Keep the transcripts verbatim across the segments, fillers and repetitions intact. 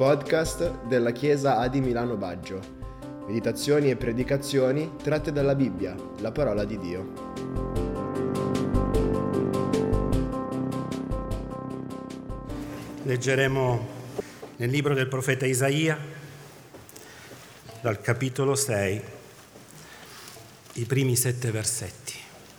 podcast della Chiesa A D I Milano Baggio. Meditazioni e predicazioni tratte dalla Bibbia, la parola di Dio. Leggeremo nel libro del profeta Isaia, dal capitolo sei, i primi sette versetti.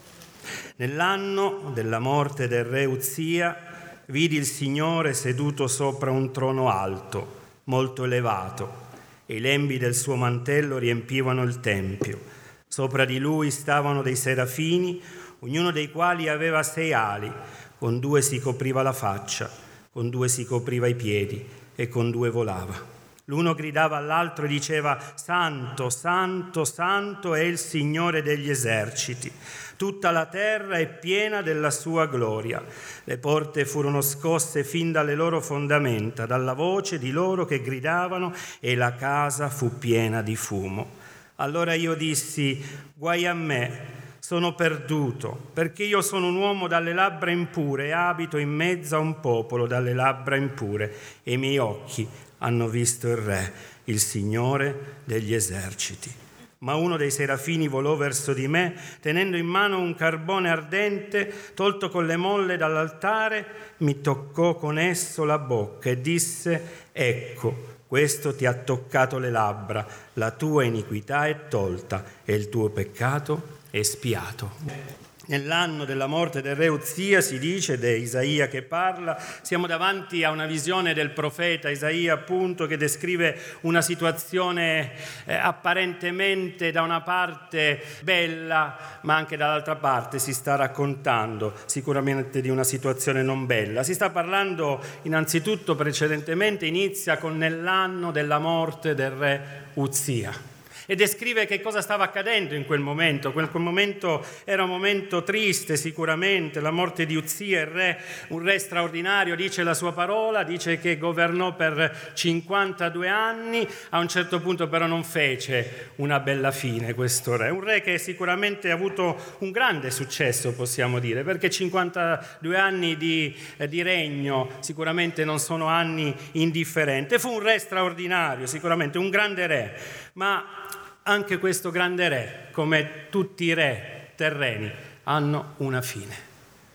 Nell'anno della morte del re Uzia, vidi il Signore seduto sopra un trono alto, molto elevato, e i lembi del suo mantello riempivano il tempio. Sopra di lui stavano dei serafini, ognuno dei quali aveva sei ali, con due si copriva la faccia, con due si copriva i piedi e con due volava. L'uno gridava all'altro e diceva: Santo, Santo, Santo è il Signore degli eserciti. Tutta la terra è piena della sua gloria. Le porte furono scosse fin dalle loro fondamenta, dalla voce di loro che gridavano, e la casa fu piena di fumo. Allora io dissi: guai a me, sono perduto, perché io sono un uomo dalle labbra impure e abito in mezzo a un popolo dalle labbra impure, e i miei occhi hanno visto il Re, il Signore degli eserciti. Ma uno dei serafini volò verso di me, tenendo in mano un carbone ardente, tolto con le molle dall'altare, mi toccò con esso la bocca e disse: ecco, questo ti ha toccato le labbra, la tua iniquità è tolta e il tuo peccato è espiato. Nell'anno della morte del re Uzia, si dice, ed è Isaia che parla, siamo davanti a una visione del profeta Isaia, appunto, che descrive una situazione eh, apparentemente da una parte bella, ma anche dall'altra parte si sta raccontando sicuramente di una situazione non bella. Si sta parlando innanzitutto, precedentemente, inizia con nell'anno della morte del re Uzia. E descrive che cosa stava accadendo in quel momento. Quel, quel momento era un momento triste sicuramente, la morte di Uzia, il re, un re straordinario, dice la sua parola, dice che governò per cinquantadue anni, a un certo punto però non fece una bella fine questo re, un re che sicuramente ha avuto un grande successo, possiamo dire, perché cinquantadue anni di, eh, di regno sicuramente non sono anni indifferenti. Fu un re straordinario, sicuramente un grande re, ma anche questo grande re, come tutti i re terreni, hanno una fine.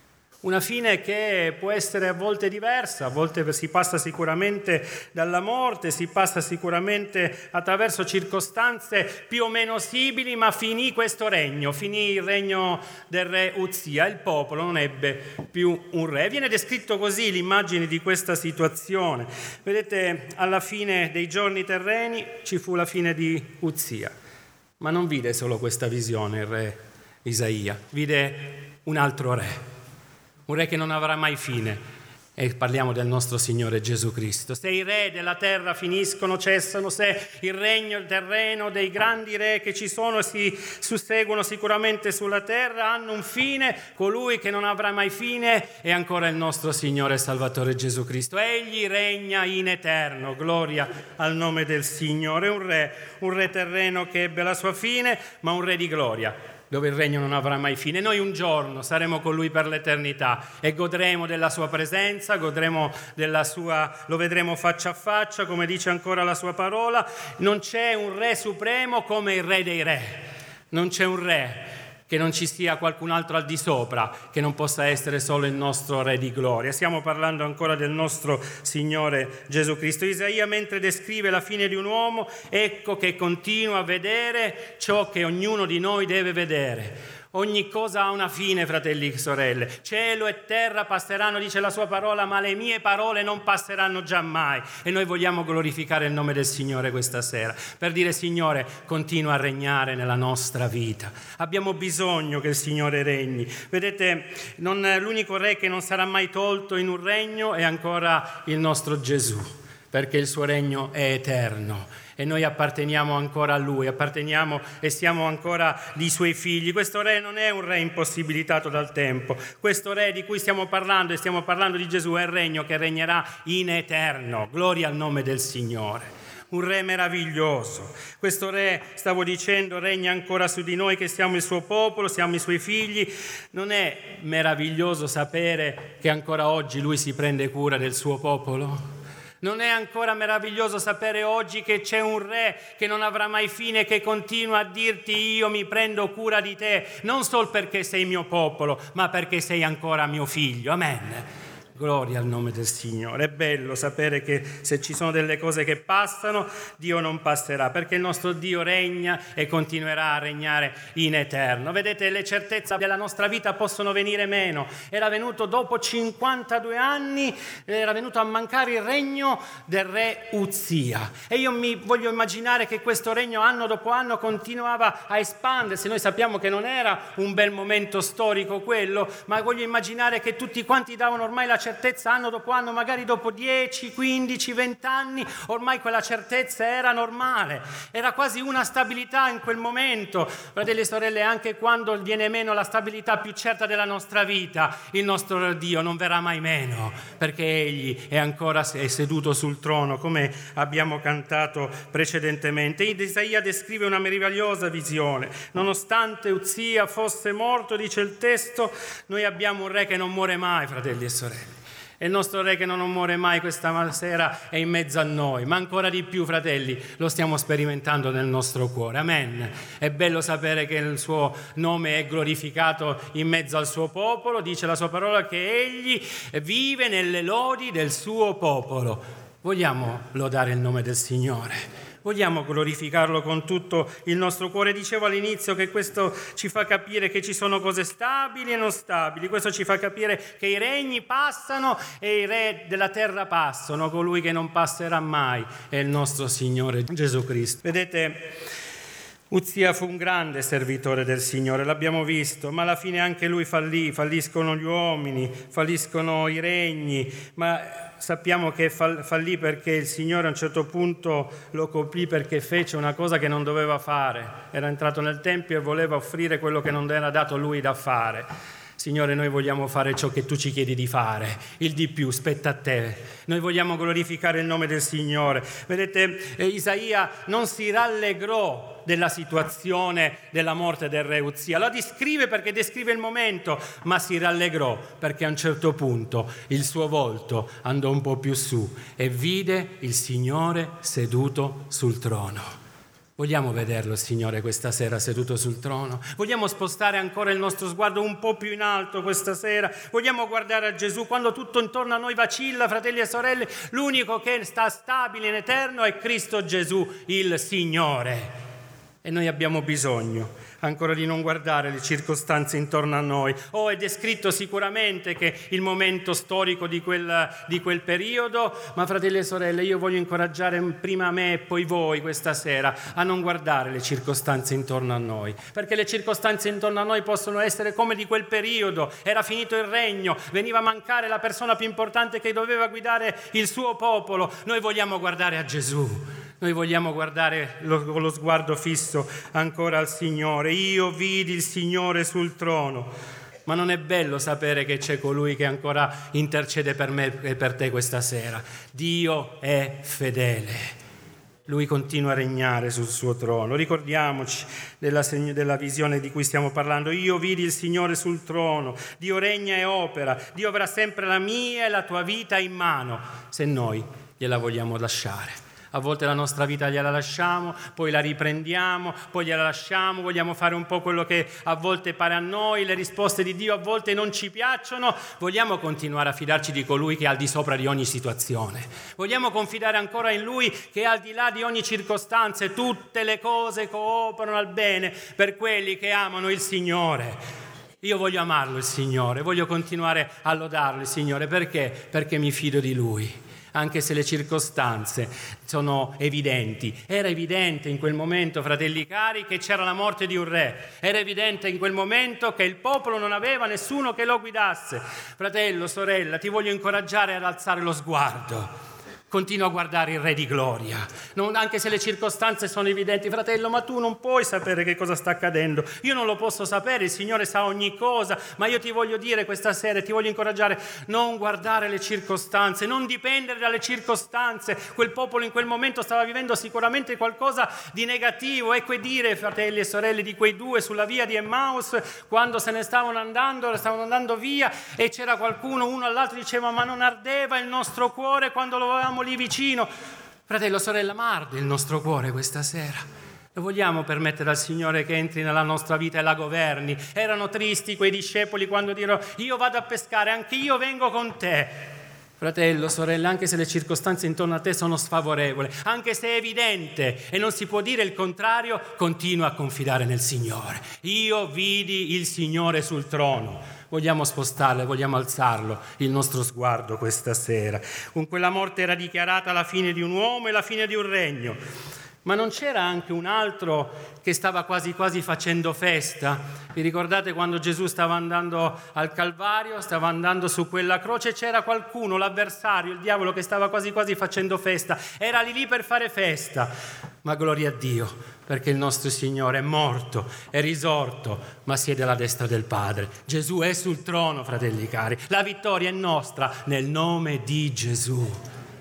Una fine che può essere a volte diversa, a volte si passa sicuramente dalla morte, si passa sicuramente attraverso circostanze più o meno simili, ma finì questo regno, finì il regno del re Uzia, il popolo non ebbe più un re. Viene descritto così l'immagine di questa situazione. Vedete, alla fine dei giorni terreni ci fu la fine di Uzia, ma non vide solo questa visione il re Isaia, vide un altro re. Un re che non avrà mai fine, e parliamo del nostro Signore Gesù Cristo. Se i re della terra finiscono, cessano, se il regno terreno dei grandi re che ci sono e si susseguono sicuramente sulla terra hanno un fine, colui che non avrà mai fine è ancora il nostro Signore e Salvatore Gesù Cristo. Egli regna in eterno, gloria al nome del Signore. Un re, un re terreno che ebbe la sua fine, ma un re di gloria, dove il regno non avrà mai fine. Noi un giorno saremo con lui per l'eternità e godremo della sua presenza, godremo della sua, lo vedremo faccia a faccia, come dice ancora la sua parola. Non c'è un re supremo come il re dei re, non c'è un re che non ci sia qualcun altro al di sopra, che non possa essere solo il nostro Re di gloria. Stiamo parlando ancora del nostro Signore Gesù Cristo. Isaia, mentre descrive la fine di un uomo, ecco che continua a vedere ciò che ognuno di noi deve vedere. Ogni cosa ha una fine, fratelli e sorelle. Cielo e terra passeranno, dice la sua parola, ma le mie parole non passeranno giammai. E noi vogliamo glorificare il nome del Signore questa sera, per dire: Signore, continua a regnare nella nostra vita. Abbiamo bisogno che il Signore regni. Vedete, non, l'unico re che non sarà mai tolto in un regno è ancora il nostro Gesù, perché il suo regno è eterno. E noi apparteniamo ancora a Lui, apparteniamo e siamo ancora i Suoi figli. Questo Re non è un Re impossibilitato dal tempo. Questo Re di cui stiamo parlando, e stiamo parlando di Gesù, è il regno che regnerà in eterno. Gloria al nome del Signore. Un Re meraviglioso. Questo Re, stavo dicendo, regna ancora su di noi che siamo il suo popolo, siamo i suoi figli. Non è meraviglioso sapere che ancora oggi Lui si prende cura del suo popolo? Non è ancora meraviglioso sapere oggi che c'è un re che non avrà mai fine, che continua a dirti: io mi prendo cura di te, non solo perché sei mio popolo, ma perché sei ancora mio figlio. Amen. Gloria al nome del Signore. È bello sapere che se ci sono delle cose che passano, Dio non passerà, perché il nostro Dio regna e continuerà a regnare in eterno. Vedete, le certezze della nostra vita possono venire meno. Era venuto dopo cinquantadue anni, era venuto a mancare il regno del re Uzia. E io mi voglio immaginare che questo regno anno dopo anno continuava a espandersi. Noi sappiamo che non era un bel momento storico quello, ma voglio immaginare che tutti quanti davano ormai la certezza anno dopo anno, magari dopo dieci, quindici, venti anni, ormai quella certezza era normale, era quasi una stabilità in quel momento. Fratelli e sorelle, anche quando viene meno la stabilità più certa della nostra vita, il nostro Dio non verrà mai meno, perché Egli è ancora è seduto sul trono, come abbiamo cantato precedentemente. Isaia descrive una meravigliosa visione. Nonostante Uzia fosse morto, dice il testo, noi abbiamo un re che non muore mai, fratelli e sorelle. E il nostro re che non muore mai questa sera è in mezzo a noi, ma ancora di più, fratelli, lo stiamo sperimentando nel nostro cuore. Amen. È bello sapere che il suo nome è glorificato in mezzo al suo popolo. Dice la sua parola che egli vive nelle lodi del suo popolo. Vogliamo lodare il nome del Signore? Vogliamo glorificarlo con tutto il nostro cuore. Dicevo all'inizio che questo ci fa capire che ci sono cose stabili e non stabili. Questo ci fa capire che i regni passano e i re della terra passano. Colui che non passerà mai è il nostro Signore Gesù Cristo. Vedete, Uzia fu un grande servitore del Signore, l'abbiamo visto, ma alla fine anche lui fallì, falliscono gli uomini, falliscono i regni, ma sappiamo che fallì perché il Signore a un certo punto lo colpì perché fece una cosa che non doveva fare. Era entrato nel Tempio e voleva offrire quello che non era dato lui da fare. Signore, noi vogliamo fare ciò che tu ci chiedi di fare, il di più spetta a te. Noi vogliamo glorificare il nome del Signore. Vedete, eh, Isaia non si rallegrò della situazione della morte del re Uzia, la descrive perché descrive il momento, ma si rallegrò perché a un certo punto il suo volto andò un po' più su e vide il Signore seduto sul trono. Vogliamo vederlo, Signore, questa sera seduto sul trono? Vogliamo spostare ancora il nostro sguardo un po' più in alto questa sera? Vogliamo guardare a Gesù quando tutto intorno a noi vacilla, fratelli e sorelle? L'unico che sta stabile in eterno è Cristo Gesù, il Signore. E noi abbiamo bisogno ancora di non guardare le circostanze intorno a noi. Oh, è descritto sicuramente che il momento storico di quel, di quel periodo, ma fratelli e sorelle, io voglio incoraggiare prima me e poi voi questa sera a non guardare le circostanze intorno a noi, perché le circostanze intorno a noi possono essere come di quel periodo. Era finito il regno, veniva a mancare la persona più importante che doveva guidare il suo popolo. Noi vogliamo guardare a Gesù. Noi vogliamo guardare lo, con lo sguardo fisso ancora al Signore. Io vidi il Signore sul trono. Ma non è bello sapere che c'è colui che ancora intercede per me e per te questa sera? Dio è fedele. Lui continua a regnare sul suo trono. Ricordiamoci della, della visione di cui stiamo parlando. Io vidi il Signore sul trono. Dio regna e opera. Dio avrà sempre la mia e la tua vita in mano, se noi gliela vogliamo lasciare. A volte la nostra vita gliela lasciamo, poi la riprendiamo, poi gliela lasciamo, vogliamo fare un po' quello che a volte pare a noi, le risposte di Dio a volte non ci piacciono, vogliamo continuare a fidarci di colui che è al di sopra di ogni situazione, vogliamo confidare ancora in Lui che è al di là di ogni circostanza, tutte le cose cooperano al bene per quelli che amano il Signore. Io voglio amarlo il Signore, voglio continuare a lodarlo il Signore, perché? Perché mi fido di Lui. Anche se le circostanze sono evidenti. Era evidente in quel momento, fratelli cari, che c'era la morte di un re. Era evidente in quel momento che il popolo non aveva nessuno che lo guidasse. Fratello, sorella, ti voglio incoraggiare ad alzare lo sguardo. Continua a guardare il Re di Gloria, non, anche se le circostanze sono evidenti. Fratello, ma tu non puoi sapere che cosa sta accadendo. Io non lo posso sapere, il Signore sa ogni cosa, ma io ti voglio dire questa sera, ti voglio incoraggiare, non guardare le circostanze, non dipendere dalle circostanze. Quel popolo in quel momento stava vivendo sicuramente qualcosa di negativo. Ecco e dire, fratelli e sorelle, di quei due sulla via di Emmaus, quando se ne stavano andando, stavano andando via, e c'era qualcuno, uno all'altro diceva: ma non ardeva il nostro cuore quando lo avevamo stavamo lì vicino. Fratello, sorella, ma arde il nostro cuore questa sera. Lo vogliamo permettere al Signore che entri nella nostra vita e la governi? Erano tristi quei discepoli quando dirono: io vado a pescare, anche io vengo con te. Fratello, sorella, anche se le circostanze intorno a te sono sfavorevoli, anche se è evidente e non si può dire il contrario, continua a confidare nel Signore. Io vidi il Signore sul trono. Vogliamo spostarlo, vogliamo alzarlo, il nostro sguardo questa sera. Con quella morte era dichiarata la fine di un uomo e la fine di un regno. Ma non c'era anche un altro che stava quasi quasi facendo festa? Vi ricordate quando Gesù stava andando al Calvario, stava andando su quella croce, c'era qualcuno, l'avversario, il diavolo, che stava quasi quasi facendo festa, era lì lì per fare festa. Ma gloria a Dio, perché il nostro Signore è morto, è risorto, ma siede alla destra del Padre. Gesù è sul trono, fratelli cari, la vittoria è nostra nel nome di Gesù.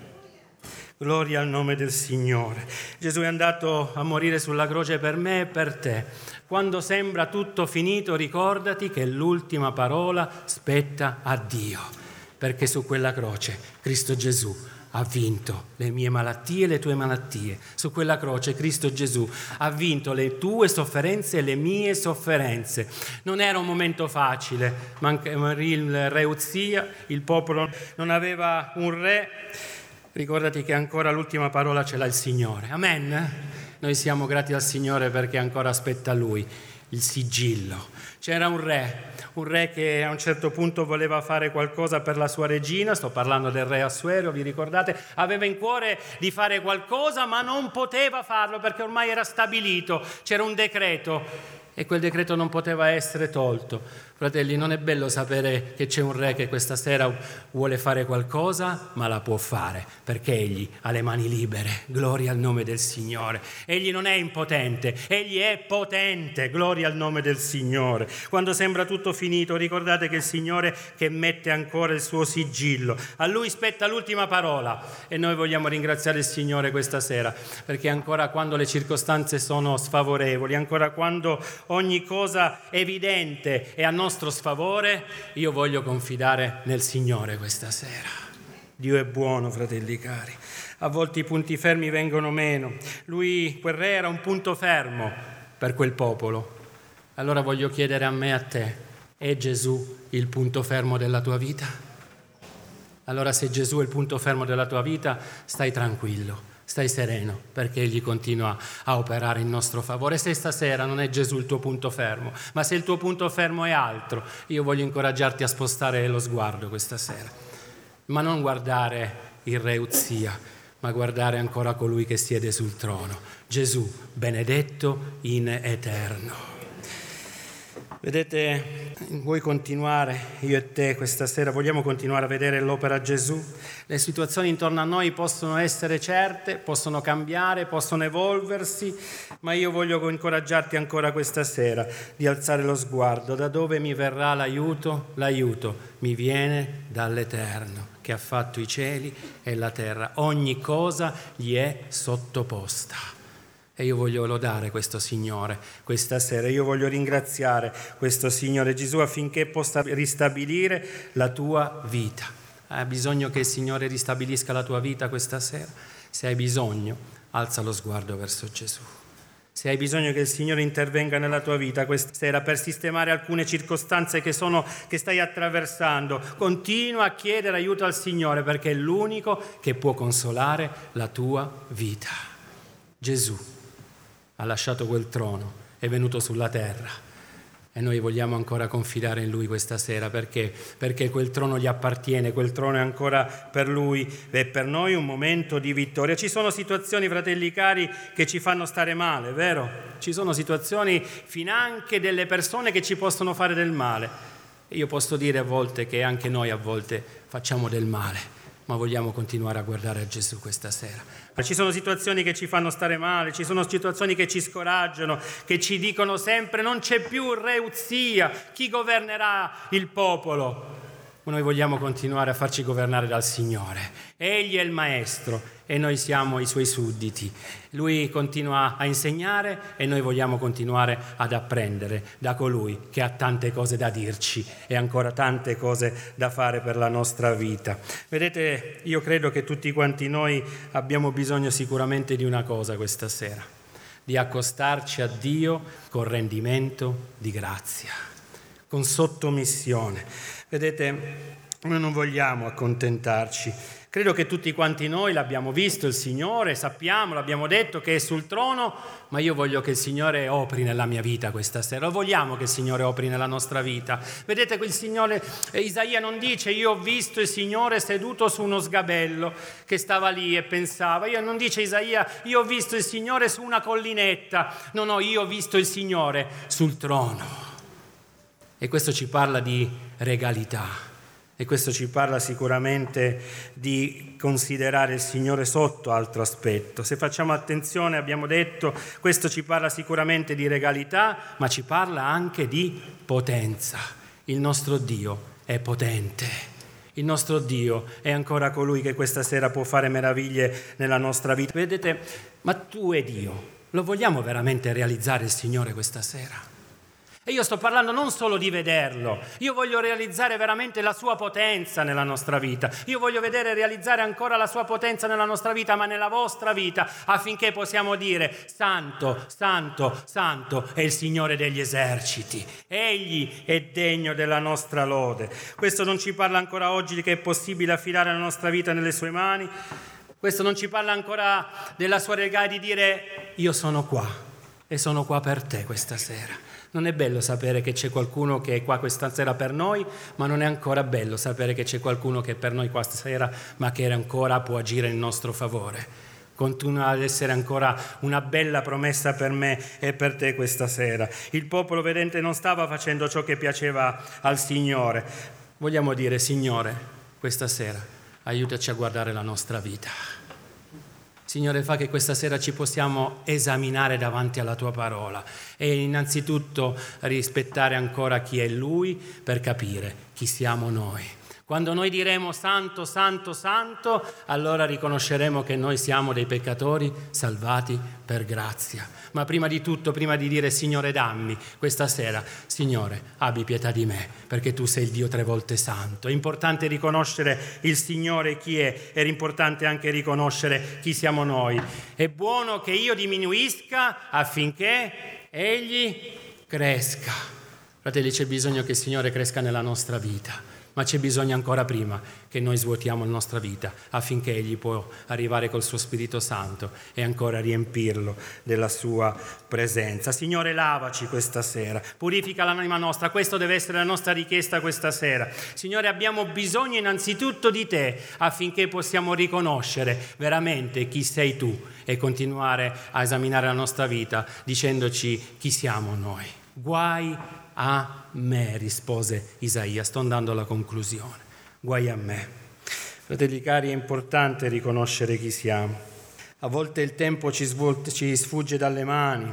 Gloria al nome del Signore. Gesù è andato a morire sulla croce per me e per te. Quando sembra tutto finito, ricordati che l'ultima parola spetta a Dio, perché su quella croce Cristo Gesù ha vinto le mie malattie e le tue malattie. Su quella croce Cristo Gesù ha vinto le tue sofferenze e le mie sofferenze. Non era un momento facile, morì il re Uzia, il popolo non aveva un re. Ricordati che ancora l'ultima parola ce l'ha il Signore. Amen? Noi siamo grati al Signore perché ancora aspetta Lui il sigillo. C'era un re, un re che a un certo punto voleva fare qualcosa per la sua regina, sto parlando del re Assuero, vi ricordate? Aveva in cuore di fare qualcosa ma non poteva farlo perché ormai era stabilito, c'era un decreto e quel decreto non poteva essere tolto. Fratelli, non è bello sapere che c'è un re che questa sera vuole fare qualcosa, ma la può fare, perché egli ha le mani libere. Gloria al nome del Signore. Egli non è impotente, egli è potente. Gloria al nome del Signore. Quando sembra tutto finito, ricordate che il Signore che mette ancora il suo sigillo. A Lui spetta l'ultima parola e noi vogliamo ringraziare il Signore questa sera, perché ancora quando le circostanze sono sfavorevoli, ancora quando ogni cosa è evidente e a nostro sfavore, io voglio confidare nel Signore questa sera. Dio è buono, fratelli cari. A volte i punti fermi vengono meno. Lui, quel re, era un punto fermo per quel popolo. Allora voglio chiedere a me e a te: è Gesù il punto fermo della tua vita? Allora se Gesù è il punto fermo della tua vita, stai tranquillo. Stai sereno, perché Egli continua a operare in nostro favore. Se stasera non è Gesù il tuo punto fermo, ma se il tuo punto fermo è altro, io voglio incoraggiarti a spostare lo sguardo questa sera. Ma non guardare il re Uzia, ma guardare ancora colui che siede sul trono. Gesù, benedetto in eterno. Vedete, vuoi continuare, io e te questa sera vogliamo continuare a vedere l'opera Gesù? Le situazioni intorno a noi possono essere certe, possono cambiare, possono evolversi, ma io voglio incoraggiarti ancora questa sera di alzare lo sguardo. Da dove mi verrà l'aiuto? L'aiuto mi viene dall'Eterno, che ha fatto i cieli e la terra. Ogni cosa gli è sottoposta. E io voglio lodare questo Signore questa sera, io voglio ringraziare questo Signore Gesù affinché possa ristabilire la tua vita. Hai bisogno che il Signore ristabilisca la tua vita questa sera? Se hai bisogno, alza lo sguardo verso Gesù. Se hai bisogno che il Signore intervenga nella tua vita questa sera per sistemare alcune circostanze che, sono, che stai attraversando, continua a chiedere aiuto al Signore, perché è l'unico che può consolare la tua vita. Gesù ha lasciato quel trono, è venuto sulla terra e noi vogliamo ancora confidare in Lui questa sera, perché? Perché quel trono gli appartiene, quel trono è ancora per Lui e per noi un momento di vittoria. Ci sono situazioni, fratelli cari, che ci fanno stare male, vero? Ci sono situazioni finanche delle persone che ci possono fare del male. E io posso dire a volte che anche noi a volte facciamo del male, ma vogliamo continuare a guardare a Gesù questa sera. Ci sono situazioni che ci fanno stare male, ci sono situazioni che ci scoraggiano, che ci dicono sempre: non c'è più il re Uzia, chi governerà il popolo? noi vogliamo continuare a farci governare dal Signore. Egli è il Maestro e noi siamo i Suoi sudditi. Lui continua a insegnare e noi vogliamo continuare ad apprendere da colui che ha tante cose da dirci e ancora tante cose da fare per la nostra vita. Vedete, io credo che tutti quanti noi abbiamo bisogno sicuramente di una cosa questa sera: di accostarci a Dio con rendimento di grazia, con sottomissione. Vedete, noi non vogliamo accontentarci. Credo che tutti quanti noi l'abbiamo visto, il Signore, sappiamo, l'abbiamo detto che è sul trono, ma io voglio che il Signore operi nella mia vita questa sera. Lo vogliamo che il Signore operi nella nostra vita. Vedete, quel Signore, eh, Isaia non dice io ho visto il Signore seduto su uno sgabello che stava lì e pensava. Io non dice Isaia io ho visto il Signore su una collinetta. No, no, io ho visto il Signore sul trono. E questo ci parla di regalità, e questo ci parla sicuramente di considerare il Signore sotto altro aspetto. Se facciamo attenzione, abbiamo detto, questo ci parla sicuramente di regalità, ma ci parla anche di potenza. Il nostro Dio è potente. Il nostro Dio è ancora colui che questa sera può fare meraviglie nella nostra vita. Vedete, ma tu e Dio, lo vogliamo veramente realizzare il Signore questa sera? E io sto parlando non solo di vederlo, io voglio realizzare veramente la sua potenza nella nostra vita. Io voglio vedere realizzare ancora la sua potenza nella nostra vita, ma nella vostra vita, affinché possiamo dire: Santo, Santo, Santo è il Signore degli eserciti. Egli è degno della nostra lode. Questo non ci parla ancora oggi di che è possibile affidare la nostra vita nelle sue mani. Questo non ci parla ancora della sua regalità di dire: io sono qua e sono qua per te questa sera. Non è bello sapere che c'è qualcuno che è qua questa sera per noi, ma non è ancora bello sapere che c'è qualcuno che è per noi questa sera, ma che ancora può agire in nostro favore. Continua ad essere ancora una bella promessa per me e per te questa sera. Il popolo, vedente, non stava facendo ciò che piaceva al Signore. Vogliamo dire: Signore, questa sera aiutaci a guardare la nostra vita. Signore, fa che questa sera ci possiamo esaminare davanti alla Tua parola e innanzitutto rispettare ancora chi è Lui per capire chi siamo noi. Quando noi diremo Santo, Santo, Santo, allora riconosceremo che noi siamo dei peccatori salvati per grazia. Ma prima di tutto, prima di dire Signore dammi, questa sera, Signore, abbi pietà di me, perché Tu sei il Dio tre volte santo. È importante riconoscere il Signore chi è, è importante anche riconoscere chi siamo noi. È buono che io diminuisca affinché Egli cresca. Fratelli, c'è bisogno che il Signore cresca nella nostra vita. Ma c'è bisogno ancora prima che noi svuotiamo la nostra vita affinché Egli può arrivare col suo Spirito Santo e ancora riempirlo della sua presenza. Signore, lavaci questa sera, purifica l'anima nostra, questo deve essere la nostra richiesta questa sera. Signore, abbiamo bisogno innanzitutto di Te affinché possiamo riconoscere veramente chi sei Tu e continuare a esaminare la nostra vita dicendoci chi siamo noi. Guai a me, rispose Isaia. Sto andando alla conclusione. Guai a me. Fratelli cari, è importante riconoscere chi siamo. A volte il tempo ci, svol- ci sfugge dalle mani.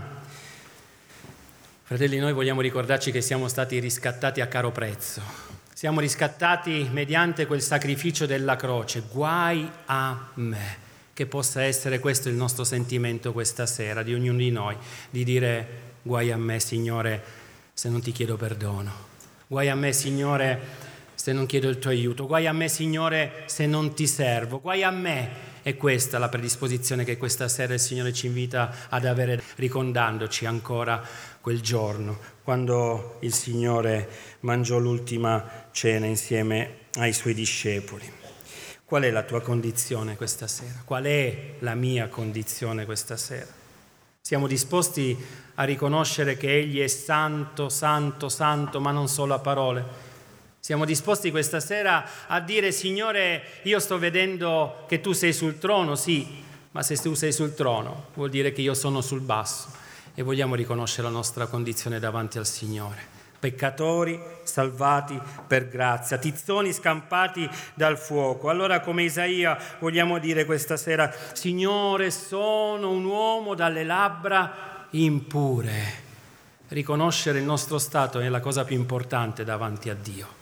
Fratelli, noi vogliamo ricordarci che siamo stati riscattati a caro prezzo. Siamo riscattati mediante quel sacrificio della croce. Guai a me. Che possa essere questo il nostro sentimento questa sera, di ognuno di noi, di dire: guai a me, Signore, se non ti chiedo perdono. Guai a me, Signore, se non chiedo il tuo aiuto. Guai a me, Signore, se non ti servo. Guai a me. E questa è la predisposizione che questa sera il Signore ci invita ad avere, ricordandoci ancora quel giorno, quando il Signore mangiò l'ultima cena insieme ai Suoi discepoli. Qual è la tua condizione questa sera? Qual è la mia condizione questa sera? Siamo disposti a riconoscere che Egli è santo, santo, santo, ma non solo a parole. Siamo disposti questa sera a dire: Signore, io sto vedendo che Tu sei sul trono, sì, ma se Tu sei sul trono vuol dire che io sono sul basso, e vogliamo riconoscere la nostra condizione davanti al Signore. Peccatori salvati per grazia, tizzoni scampati dal fuoco. Allora, come Isaia, vogliamo dire questa sera: Signore, sono un uomo dalle labbra impure. Riconoscere il nostro stato è la cosa più importante davanti a Dio.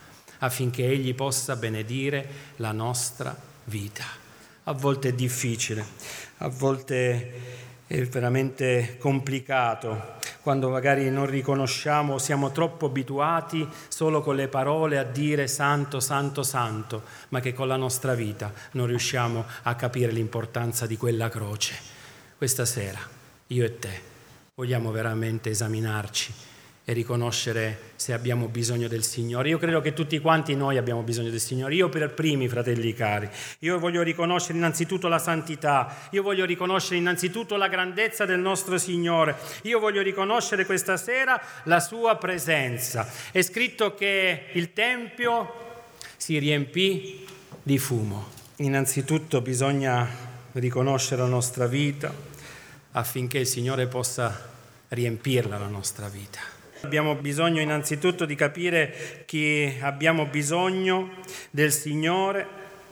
affinché Egli possa benedire la nostra vita. A volte è difficile, a volte è veramente complicato, quando magari non riconosciamo, siamo troppo abituati solo con le parole a dire santo, santo, santo, ma che con la nostra vita non riusciamo a capire l'importanza di quella croce. Questa sera, io e te, vogliamo veramente esaminarci e riconoscere se abbiamo bisogno del Signore. Io credo che tutti quanti noi abbiamo bisogno del Signore, io per primi, fratelli cari. Io voglio riconoscere innanzitutto la santità, io voglio riconoscere innanzitutto la grandezza del nostro Signore, io voglio riconoscere questa sera la sua presenza. È scritto che il Tempio si riempì di fumo. Innanzitutto bisogna riconoscere la nostra vita affinché il Signore possa riempirla la nostra vita. Abbiamo bisogno innanzitutto di capire che abbiamo bisogno del Signore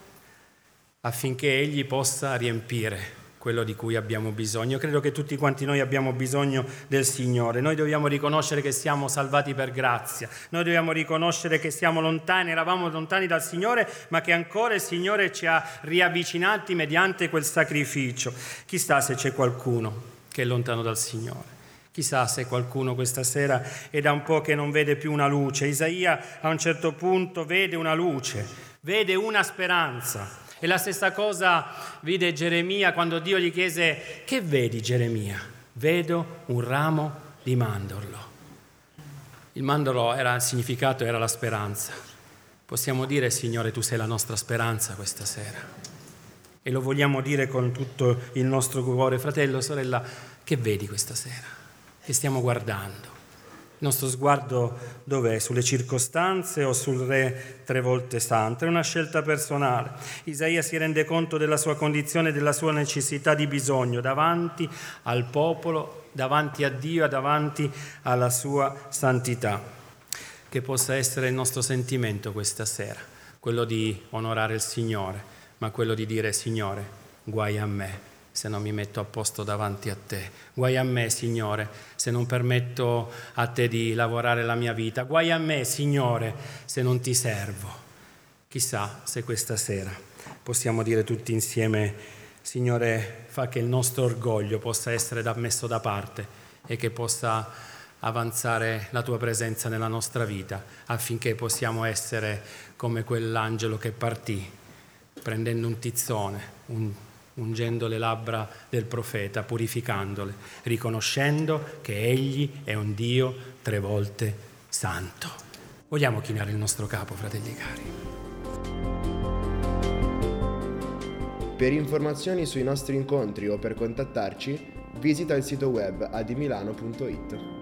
affinché Egli possa riempire quello di cui abbiamo bisogno. Io credo che tutti quanti noi abbiamo bisogno del Signore. Noi dobbiamo riconoscere che siamo salvati per grazia. Noi dobbiamo riconoscere che siamo lontani, eravamo lontani dal Signore, ma che ancora il Signore ci ha riavvicinati mediante quel sacrificio. Chissà se c'è qualcuno che è lontano dal Signore. Chissà se qualcuno questa sera è da un po' che non vede più una luce. Isaia a un certo punto vede una luce, vede una speranza. E la stessa cosa vide Geremia quando Dio gli chiese: che vedi, Geremia? Vedo un ramo di mandorlo. Il mandorlo era il significato, era la speranza. Possiamo dire: Signore, tu sei la nostra speranza questa sera. E lo vogliamo dire con tutto il nostro cuore. Fratello, sorella, che vedi questa sera? Che stiamo guardando? Il nostro sguardo dov'è? Sulle circostanze o sul Re tre volte santo? È una scelta personale. Isaia si rende conto della sua condizione, della sua necessità di bisogno davanti al popolo, davanti a Dio, davanti alla sua santità. Che possa essere il nostro sentimento questa sera, quello di onorare il Signore, ma quello di dire: Signore, guai a me se non mi metto a posto davanti a te. Guai a me, Signore, se non permetto a te di lavorare la mia vita. Guai a me, Signore, se non ti servo. Chissà se questa sera possiamo dire tutti insieme: Signore, fa che il nostro orgoglio possa essere messo da parte e che possa avanzare la tua presenza nella nostra vita, affinché possiamo essere come quell'angelo che partì prendendo un tizzone, un ungendo le labbra del profeta, purificandole, riconoscendo che Egli è un Dio tre volte santo. Vogliamo chinare il nostro capo, fratelli cari. Per informazioni sui nostri incontri o per contattarci, visita il sito web adimilano punto it.